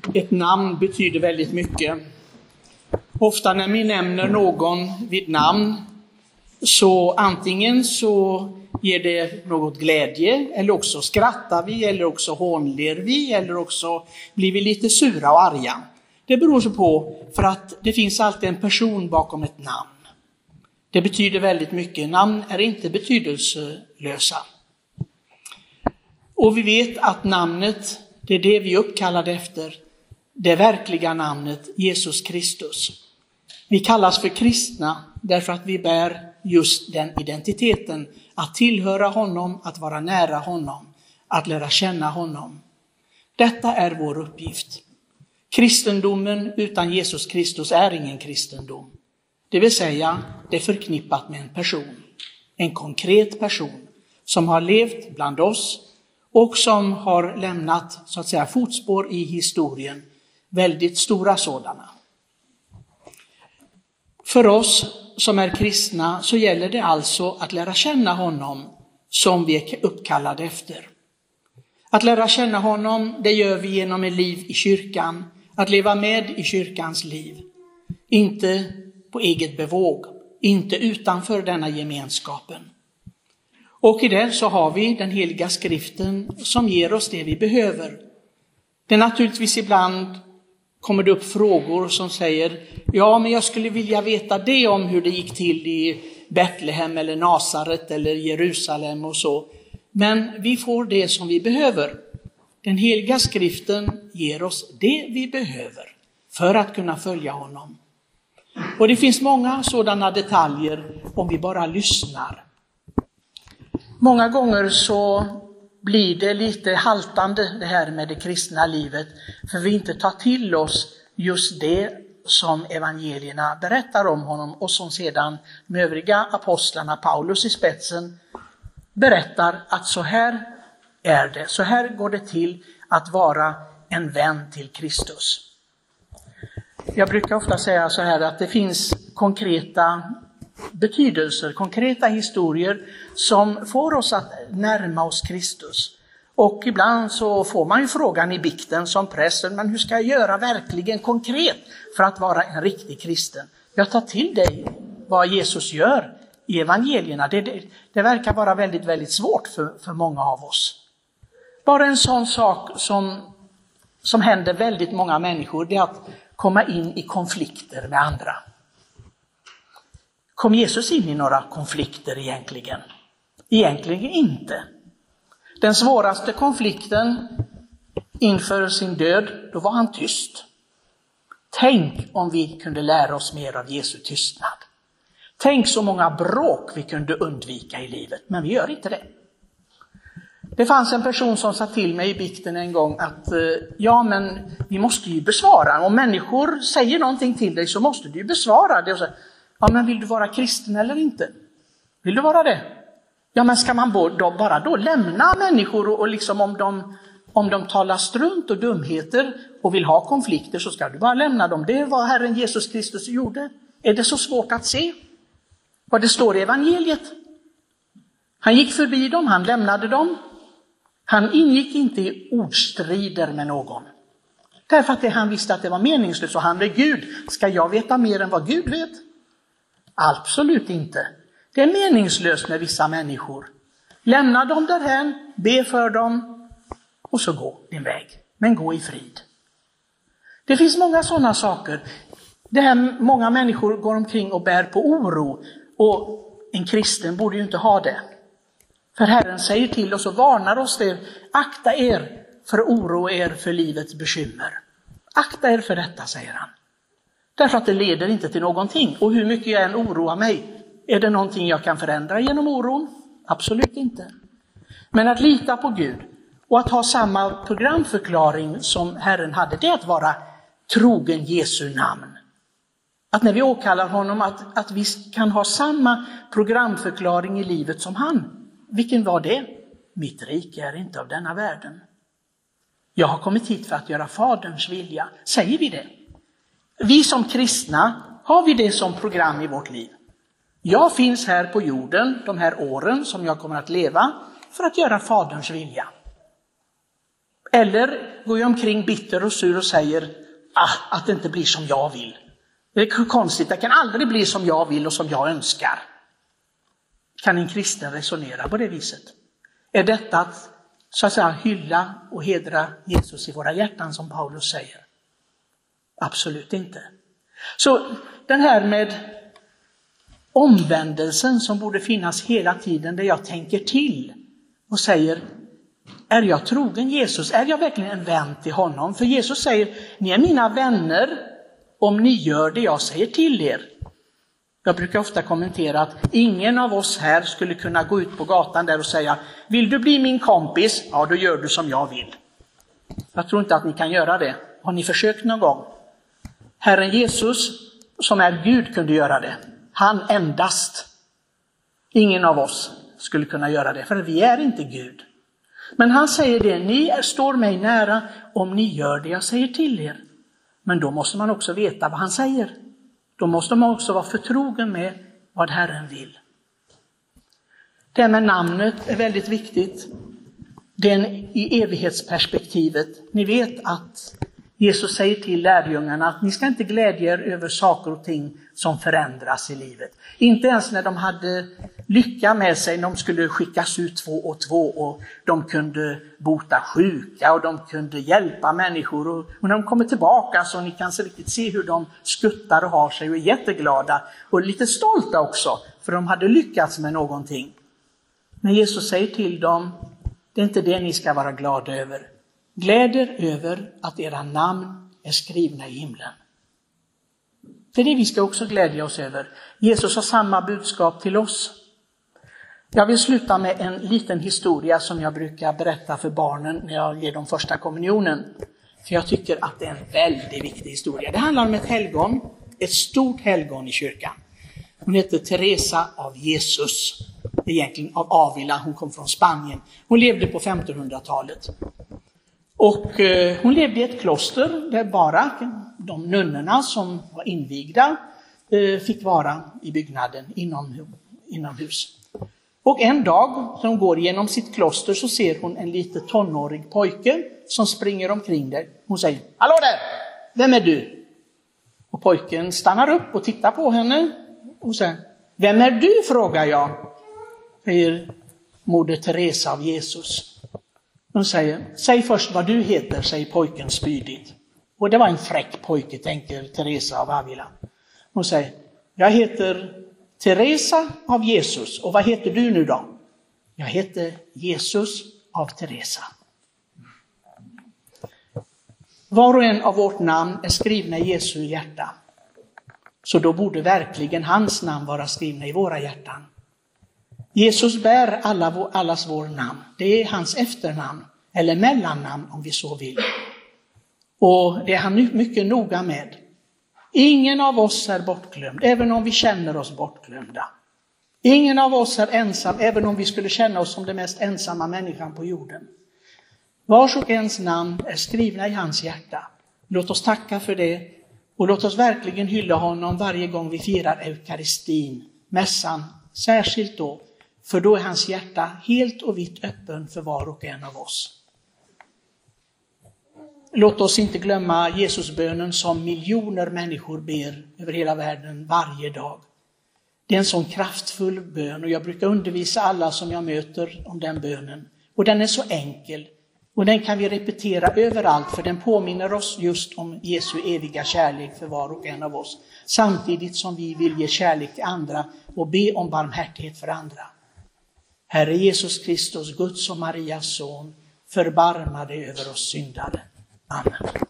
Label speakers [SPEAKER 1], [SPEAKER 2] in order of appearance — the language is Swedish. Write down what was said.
[SPEAKER 1] Ett namn betyder väldigt mycket. Ofta när vi nämner någon vid namn så antingen så ger det något glädje, eller också skrattar vi, eller också hånler vi, eller också blir vi lite sura och arga. Det beror så på, för att det finns alltid en person bakom ett namn. Det betyder väldigt mycket. Namn är inte betydelselösa. Och vi vet att namnet, det är det vi är uppkallade efter. Det verkliga namnet Jesus Kristus. Vi kallas för kristna därför att vi bär just den identiteten. Att tillhöra honom, att vara nära honom, att lära känna honom. Detta är vår uppgift. Kristendomen utan Jesus Kristus är ingen kristendom. Det vill säga, det är förknippat med en person. En konkret person som har levt bland oss och som har lämnat så att säga fotspår i historien. Väldigt stora sådana. För oss som är kristna så gäller det alltså att lära känna honom som vi är uppkallade efter. Att lära känna honom, det gör vi genom ett liv i kyrkan. Att leva med i kyrkans liv. Inte på eget bevåg, inte utanför denna gemenskapen. Och i det så har vi den heliga skriften som ger oss det vi behöver. Det är naturligtvis ibland kommer det upp frågor som säger, ja men jag skulle vilja veta det om hur det gick till i Betlehem eller Nasaret eller Jerusalem och så. Men vi får det som vi behöver. Den heliga skriften ger oss det vi behöver för att kunna följa honom. Och det finns många sådana detaljer om vi bara lyssnar. Många gånger så blir det lite haltande det här med det kristna livet. För vi inte tar till oss just det som evangelierna berättar om honom. Och som sedan med övriga apostlarna, Paulus i spetsen, berättar att så här är det. Så här går det till att vara en vän till Kristus. Jag brukar ofta säga så här att det finns konkreta betydelser, konkreta historier som får oss att närma oss Kristus. Och ibland så får man ju frågan i bikten som prästen, men hur ska jag göra verkligen konkret för att vara en riktig kristen? Jag tar till dig vad Jesus gör i evangelierna. Det verkar vara väldigt, väldigt svårt för många av oss. Bara en sån sak som händer väldigt många människor, det är att komma in i konflikter med andra. Kom Jesus in i några konflikter egentligen? Egentligen inte. Den svåraste konflikten inför sin död, då var han tyst. Tänk om vi kunde lära oss mer av Jesu tystnad. Tänk så många bråk vi kunde undvika i livet, men vi gör inte det. Det fanns en person som sa till mig i bikten en gång att ja men vi måste ju besvara. Om människor säger någonting till dig så måste du ju besvara det. Och så, ja men vill du vara kristen eller inte? Vill du vara det? Ja men ska man bara då lämna människor och liksom om de talar strunt och dumheter och vill ha konflikter så ska du bara lämna dem. Det är vad Herren Jesus Kristus gjorde. Är det så svårt att se vad det står i evangeliet? Han gick förbi dem, han lämnade dem. Han ingick inte i ordstrider med någon. Därför att han visste att det var meningslöst och han är Gud. Ska jag veta mer än vad Gud vet? Absolut inte. Det är meningslöst med vissa människor. Lämna dem därhän, be för dem och så gå din väg. Men gå i frid. Det finns många sådana saker. Det här många människor går omkring och bär på oro. Och en kristen borde ju inte ha det. För Herren säger till oss och varnar oss det. Akta er för oro er för livets bekymmer. Akta er för detta, säger han. Därför att det leder inte till någonting. Och hur mycket jag än oroar mig, är det någonting jag kan förändra genom oron? Absolut inte. Men att lita på Gud och att ha samma programförklaring som Herren hade, det är att vara trogen Jesu namn. Att när vi åkallar honom att vi kan ha samma programförklaring i livet som han. Vilken var det? Mitt rike är inte av denna världen. Jag har kommit hit för att göra Faderns vilja. Säger vi det? Vi som kristna, har vi det som program i vårt liv? Jag finns här på jorden de här åren som jag kommer att leva för att göra Faderns vilja. Eller går jag omkring bitter och sur och säger att det inte blir som jag vill. Det är konstigt, det kan aldrig bli som jag vill och som jag önskar. Kan en kristen resonera på det viset? Är detta att så att säga hylla och hedra Jesus i våra hjärtan som Paulus säger? Absolut inte. Så den här med omvändelsen som borde finnas hela tiden, där jag tänker till och säger, är jag trogen Jesus? Är jag verkligen en vän till honom? För Jesus säger, ni är mina vänner om ni gör det jag säger till er. Jag brukar ofta kommentera att ingen av oss här skulle kunna gå ut på gatan där och säga, vill du bli min kompis? Ja, då gör du som jag vill. Jag tror inte att ni kan göra det. Har ni försökt någon gång? Herren Jesus, som är Gud, kunde göra det. Han endast. Ingen av oss skulle kunna göra det, för vi är inte Gud. Men han säger det, ni står mig nära om ni gör det jag säger till er. Men då måste man också veta vad han säger. Då måste man också vara förtrogen med vad Herren vill. Det med namnet är väldigt viktigt. Den i evighetsperspektivet. Ni vet att Jesus säger till lärjungarna att ni ska inte glädja er över saker och ting som förändras i livet. Inte ens när de hade lycka med sig, de skulle skickas ut 2 och 2 och de kunde bota sjuka och de kunde hjälpa människor. Och när de kommer tillbaka så ni kan så riktigt se hur de skuttar och har sig och är jätteglada och lite stolta också, för de hade lyckats med någonting. Men Jesus säger till dem, det är inte det ni ska vara glada över. Gläder över att era namn är skrivna i himlen. Det är det vi ska också glädja oss över. Jesus har samma budskap till oss. Jag vill sluta med en liten historia som jag brukar berätta för barnen när jag ger dem första kommunionen. För jag tycker att det är en väldigt viktig historia. Det handlar om ett helgon, ett stort helgon i kyrkan. Hon heter Teresa av Jesus. Egentligen av Avila, hon kom från Spanien. Hon levde på 1500-talet. Och hon levde i ett kloster där bara de nunnorna som var invigda fick vara i byggnaden inomhus. Och en dag som hon går genom sitt kloster så ser hon en lite tonårig pojke som springer omkring där. Hon säger, hallå där, vem är du? Och pojken stannar upp och tittar på henne och säger, vem är du, frågar jag. Säger moder Teresa av Jesus. Hon säger, säg först vad du heter, säger pojken spydigt. Och det var en fräck pojke, tänker Teresa av Avila. Hon säger, jag heter Teresa av Jesus. Och vad heter du nu då? Jag heter Jesus av Teresa. Var och en av vårt namn är skrivna i Jesu hjärta. Så då borde verkligen hans namn vara skrivna i våra hjärtan. Jesus bär allas vår namn. Det är hans efternamn eller mellannamn om vi så vill. Och det är han mycket noga med. Ingen av oss är bortglömd, även om vi känner oss bortglömda. Ingen av oss är ensam, även om vi skulle känna oss som den mest ensamma människan på jorden. Vars och ens namn är skrivna i hans hjärta. Låt oss tacka för det och låt oss verkligen hylla honom varje gång vi firar eukaristin, mässan, särskilt då. För då är hans hjärta helt och vitt öppen för var och en av oss. Låt oss inte glömma Jesusbönen som miljoner människor ber över hela världen varje dag. Det är en sån kraftfull bön och jag brukar undervisa alla som jag möter om den bönen. Och den är så enkel och den kan vi repetera överallt, för den påminner oss just om Jesu eviga kärlek för var och en av oss. Samtidigt som vi vill ge kärlek till andra och be om barmhärtighet för andra. Herre Jesus Kristus, Guds och Marias son, förbarma dig över oss syndare. Amen.